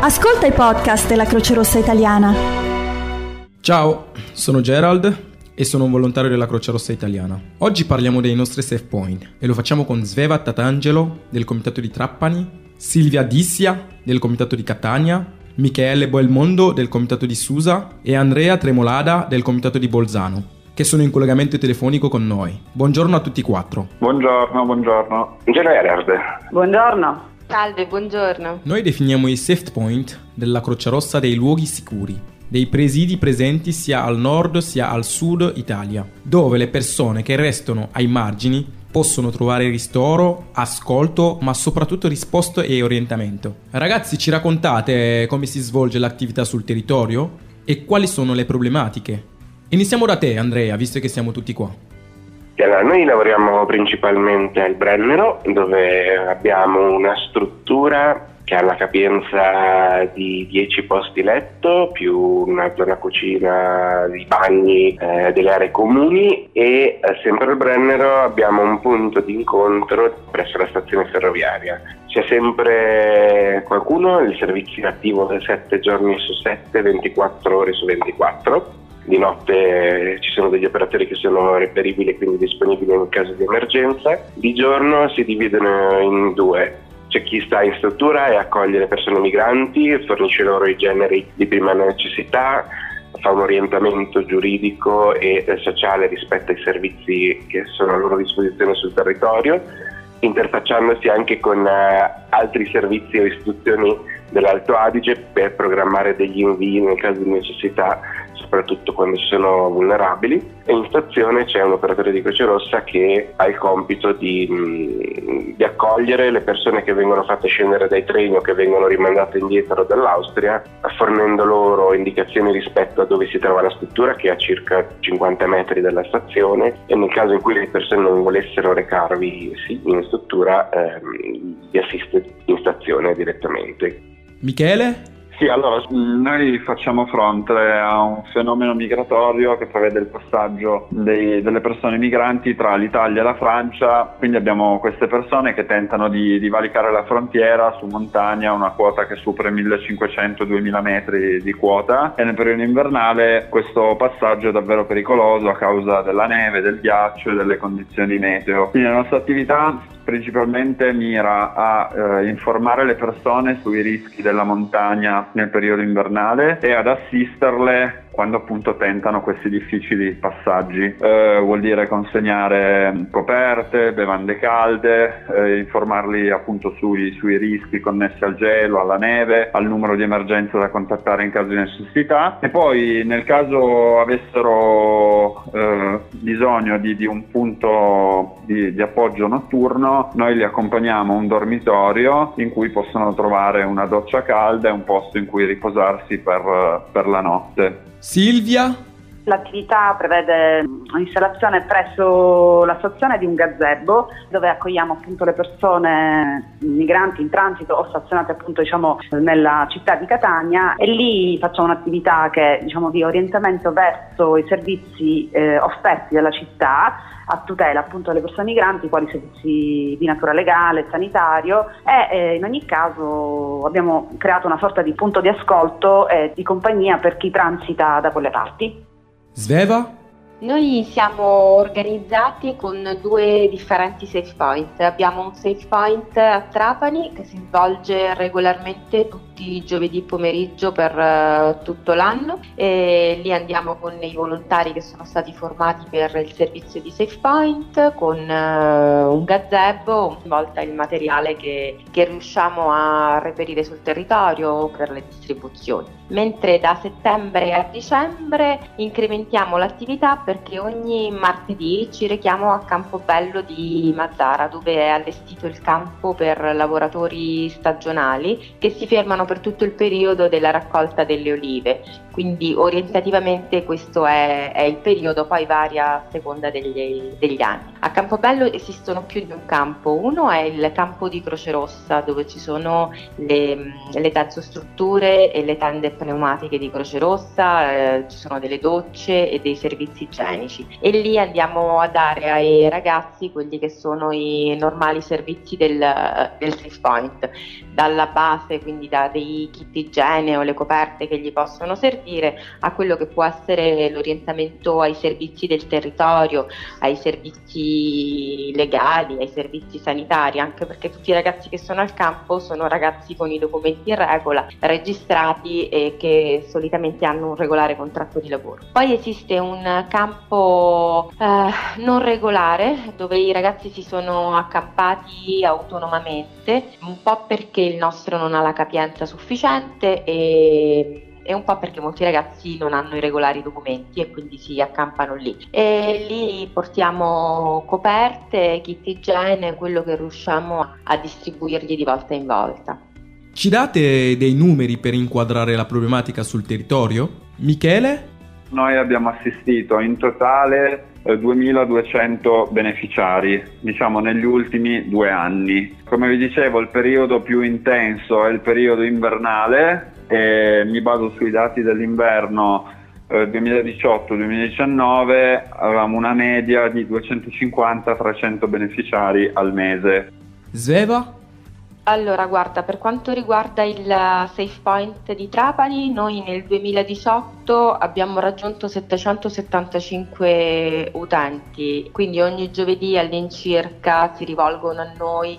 Ascolta i podcast della Croce Rossa Italiana. Ciao, sono Gerald e sono un volontario della Croce Rossa Italiana. Oggi parliamo dei nostri Safe Point e lo facciamo con Sveva Tatangelo del Comitato di Trapani, Silvia Dissia del Comitato di Catania, Michele Boelmondo del Comitato di Susa e Andrea Tremolada del Comitato di Bolzano, che sono in collegamento telefonico con noi. Buongiorno a tutti quattro. Buongiorno. Buongiorno Gerard. Buongiorno. Salve, buongiorno. Noi definiamo i Safe Point della Croce Rossa dei luoghi sicuri, dei presidi presenti sia al nord sia al sud Italia, dove le persone che restano ai margini possono trovare ristoro, ascolto, ma soprattutto risposte e orientamento. Ragazzi, ci raccontate come si svolge l'attività sul territorio e quali sono le problematiche? Iniziamo da te, Andrea, visto che siamo tutti qua. Allora, noi lavoriamo principalmente al Brennero, dove abbiamo una struttura che ha la capienza di 10 posti letto, più una zona cucina, di bagni, delle aree comuni e sempre al Brennero abbiamo un punto di incontro presso la stazione ferroviaria. C'è sempre qualcuno, il servizio è attivo 7 giorni su 7, 24 ore su 24. Di notte ci sono degli operatori che sono reperibili e quindi disponibili in caso di emergenza. Di giorno si dividono in due. C'è chi sta in struttura e accoglie le persone migranti, fornisce loro i generi di prima necessità, fa un orientamento giuridico e sociale rispetto ai servizi che sono a loro disposizione sul territorio, interfacciandosi anche con altri servizi o istituzioni dell'Alto Adige per programmare degli invii nel caso di necessità, soprattutto quando ci sono vulnerabili. E in stazione c'è un operatore di Croce Rossa che ha il compito di accogliere le persone che vengono fatte scendere dai treni o che vengono rimandate indietro dall'Austria, fornendo loro indicazioni rispetto a dove si trova la struttura, che è a circa 50 metri dalla stazione, e nel caso in cui le persone non volessero recarvi in struttura, vi assiste in stazione direttamente. Michele? Sì, allora noi facciamo fronte a un fenomeno migratorio che prevede il passaggio delle persone migranti tra l'Italia e la Francia, quindi abbiamo queste persone che tentano di valicare la frontiera su montagna, una quota che supera i 1500-2000 metri di quota, e nel periodo invernale questo passaggio è davvero pericoloso a causa della neve, del ghiaccio e delle condizioni meteo. Quindi la nostra attività principalmente mira a informare le persone sui rischi della montagna nel periodo invernale e ad assisterle quando appunto tentano questi difficili passaggi. Vuol dire consegnare coperte, bevande calde, informarli appunto sui rischi connessi al gelo, alla neve, al numero di emergenza da contattare in caso di necessità, e poi nel caso avessero bisogno di un punto di appoggio notturno, noi li accompagniamo a un dormitorio in cui possono trovare una doccia calda e un posto in cui riposarsi per la notte. Silvia? L'attività prevede un'installazione presso la stazione di un gazebo, dove accogliamo appunto le persone migranti in transito o stazionate appunto nella città di Catania, e lì facciamo un'attività che di orientamento verso i servizi offerti dalla città a tutela appunto delle persone migranti, quali servizi di natura legale, sanitario, e in ogni caso abbiamo creato una sorta di punto di ascolto e di compagnia per chi transita da quelle parti. Sveva? Noi siamo organizzati con 2 differenti safe point. Abbiamo un safe point a Trapani che si svolge regolarmente tutti i giovedì pomeriggio per tutto l'anno, e lì andiamo con i volontari che sono stati formati per il servizio di safe point, con un gazebo, ogni volta il materiale che riusciamo a reperire sul territorio per le distribuzioni. Mentre da settembre a dicembre incrementiamo l'attività perché ogni martedì ci rechiamo a Campobello di Mazara, dove è allestito il campo per lavoratori stagionali che si fermano per tutto il periodo della raccolta delle olive. Quindi orientativamente questo è il periodo, poi varia a seconda degli anni. A Campobello esistono più di un campo. Uno è il campo di Croce Rossa, dove ci sono le tensostrutture e le tende pneumatiche di Croce Rossa, ci sono delle docce e dei servizi igienici, e lì andiamo a dare ai ragazzi quelli che sono i normali servizi del Safe Point, dalla base, quindi da dei kit igiene o le coperte che gli possono servire, a quello che può essere l'orientamento ai servizi del territorio, ai servizi legali, ai servizi sanitari, anche perché tutti i ragazzi che sono al campo sono ragazzi con i documenti in regola, registrati e che solitamente hanno un regolare contratto di lavoro. Poi esiste un campo non regolare, dove i ragazzi si sono accampati autonomamente, un po' perché il nostro non ha la capienza sufficiente e un po' perché molti ragazzi non hanno i regolari documenti e quindi si accampano lì. E lì portiamo coperte, kit igiene, quello che riusciamo a distribuirgli di volta in volta. Ci date dei numeri per inquadrare la problematica sul territorio? Michele? Noi abbiamo assistito in totale 2200 beneficiari, diciamo negli ultimi 2 anni. Come vi dicevo, il periodo più intenso è il periodo invernale e mi baso sui dati dell'inverno 2018-2019, avevamo una media di 250-300 beneficiari al mese. Sveva? Allora, guarda, per quanto riguarda il Safe Point di Trapani, noi nel 2018 abbiamo raggiunto 775 utenti, quindi ogni giovedì all'incirca si rivolgono a noi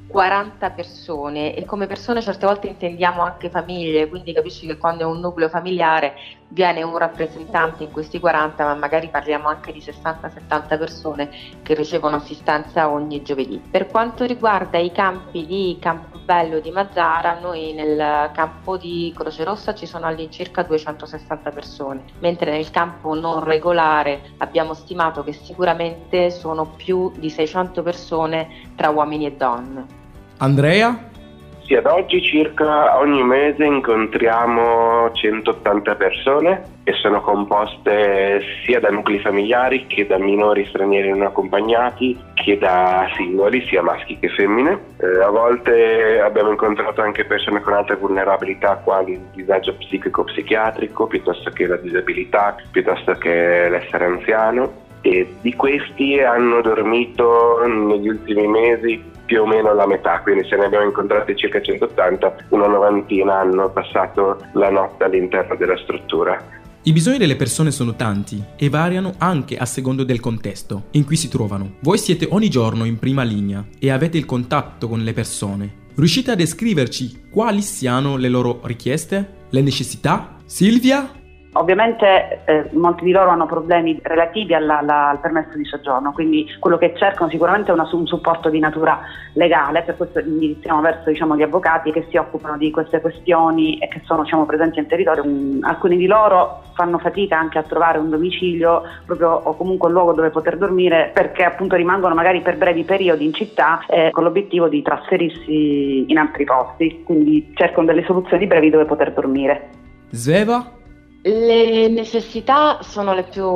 40 persone, e come persone certe volte intendiamo anche famiglie, quindi capisci che quando è un nucleo familiare viene un rappresentante in questi 40, ma magari parliamo anche di 60-70 persone che ricevono assistenza ogni giovedì. Per quanto riguarda i campi di Campobello e di Mazara, noi nel campo di Croce Rossa ci sono all'incirca 260 persone, mentre nel campo non regolare abbiamo stimato che sicuramente sono più di 600 persone tra uomini e donne. Andrea? Sì, ad oggi circa ogni mese incontriamo 180 persone che sono composte sia da nuclei familiari che da minori stranieri non accompagnati, che da singoli, sia maschi che femmine. A volte abbiamo incontrato anche persone con altre vulnerabilità, quali il disagio psichico-psichiatrico, piuttosto che la disabilità, piuttosto che l'essere anziano, e di questi hanno dormito negli ultimi mesi più o meno la metà, quindi se ne abbiamo incontrati circa 180, una novantina hanno passato la notte all'interno della struttura. I bisogni delle persone sono tanti e variano anche a secondo del contesto in cui si trovano. Voi siete ogni giorno in prima linea e avete il contatto con le persone. Riuscite a descriverci quali siano le loro richieste, le necessità? Silvia? Ovviamente molti di loro hanno problemi relativi al permesso di soggiorno, quindi quello che cercano sicuramente è un supporto di natura legale, per questo indirizziamo verso gli avvocati che si occupano di queste questioni e che sono presenti in territorio. Alcuni di loro fanno fatica anche a trovare un domicilio proprio, o comunque un luogo dove poter dormire, perché appunto rimangono magari per brevi periodi in città con l'obiettivo di trasferirsi in altri posti, quindi cercano delle soluzioni brevi dove poter dormire. Sveva? Le necessità sono le più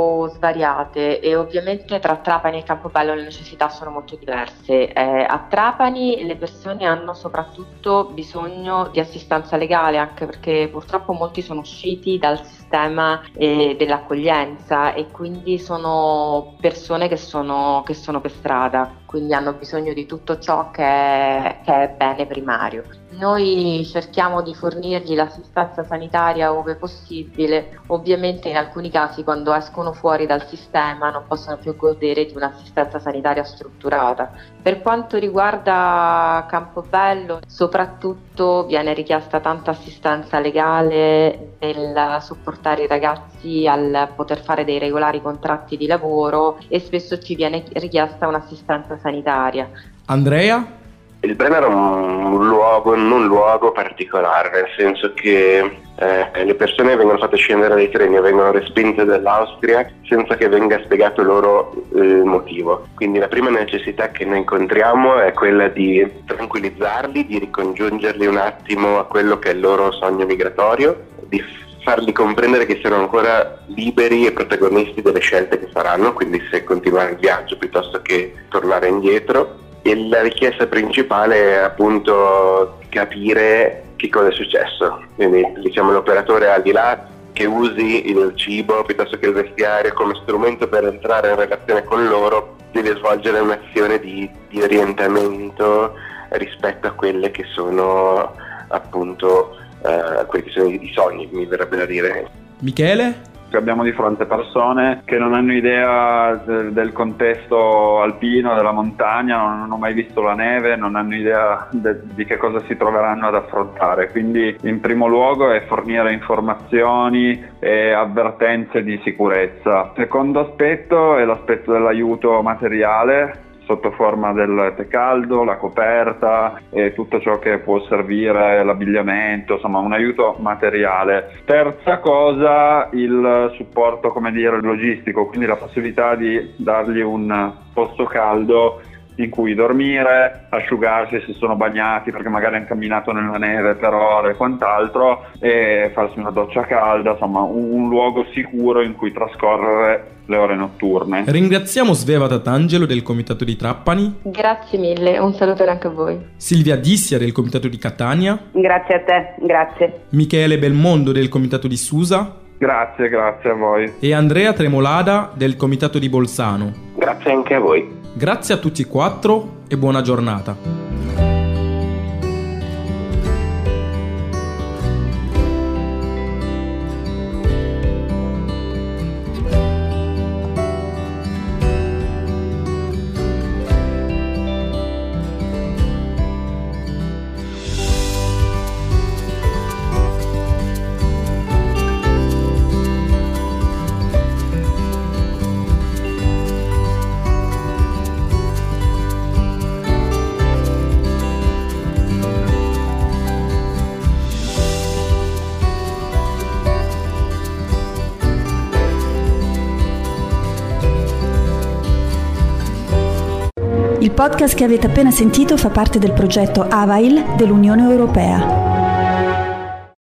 svariate e ovviamente tra Trapani e Campobello le necessità sono molto diverse. A Trapani le persone hanno soprattutto bisogno di assistenza legale, anche perché purtroppo molti sono usciti dal sistema dell'accoglienza e quindi sono persone che sono per strada, quindi hanno bisogno di tutto ciò che è bene primario. Noi cerchiamo di fornirgli l'assistenza sanitaria ove possibile, ovviamente in alcuni casi quando escono fuori dal sistema non possono più godere di un'assistenza sanitaria strutturata. Per quanto riguarda Campobello, soprattutto viene richiesta tanta assistenza legale nel supportare i ragazzi al poter fare dei regolari contratti di lavoro e spesso ci viene richiesta un'assistenza sanitaria. Andrea? Il Brennero è un luogo particolare, nel senso che le persone vengono fatte scendere dai treni e vengono respinte dall'Austria senza che venga spiegato loro il motivo. Quindi la prima necessità che noi incontriamo è quella di tranquillizzarli, di ricongiungerli un attimo a quello che è il loro sogno migratorio, di fargli comprendere che sono ancora liberi e protagonisti delle scelte che faranno, quindi se continuare il viaggio piuttosto che tornare indietro. E la richiesta principale è appunto capire che cosa è successo, quindi diciamo l'operatore al di là che usi il cibo piuttosto che il vestiario come strumento per entrare in relazione con loro, deve svolgere un'azione di orientamento rispetto a quelle che sono appunto quelli che sono i sogni, mi verrebbe da dire. Michele? Abbiamo di fronte persone che non hanno idea del contesto alpino, della montagna, non hanno mai visto la neve, non hanno idea di che cosa si troveranno ad affrontare. Quindi in primo luogo è fornire informazioni e avvertenze di sicurezza. Secondo aspetto è l'aspetto dell'aiuto materiale, sotto forma del tè caldo, la coperta e tutto ciò che può servire, l'abbigliamento, insomma un aiuto materiale. Terza cosa, il supporto, logistico, quindi la possibilità di dargli un posto caldo in cui dormire, asciugarsi se sono bagnati perché magari hanno camminato nella neve per ore e quant'altro, e farsi una doccia calda, insomma un luogo sicuro in cui trascorrere le ore notturne. Ringraziamo Sveva Tatangelo del Comitato di Trapani. Grazie mille, un saluto anche a voi. Silvia Dissia del Comitato di Catania. Grazie a te, grazie. Michele Belmondo del Comitato di Susa. Grazie a voi. E Andrea Tremolada del Comitato di Bolzano. Grazie anche a voi. Grazie a tutti e quattro e buona giornata. Il podcast che avete appena sentito fa parte del progetto AVAIL dell'Unione Europea.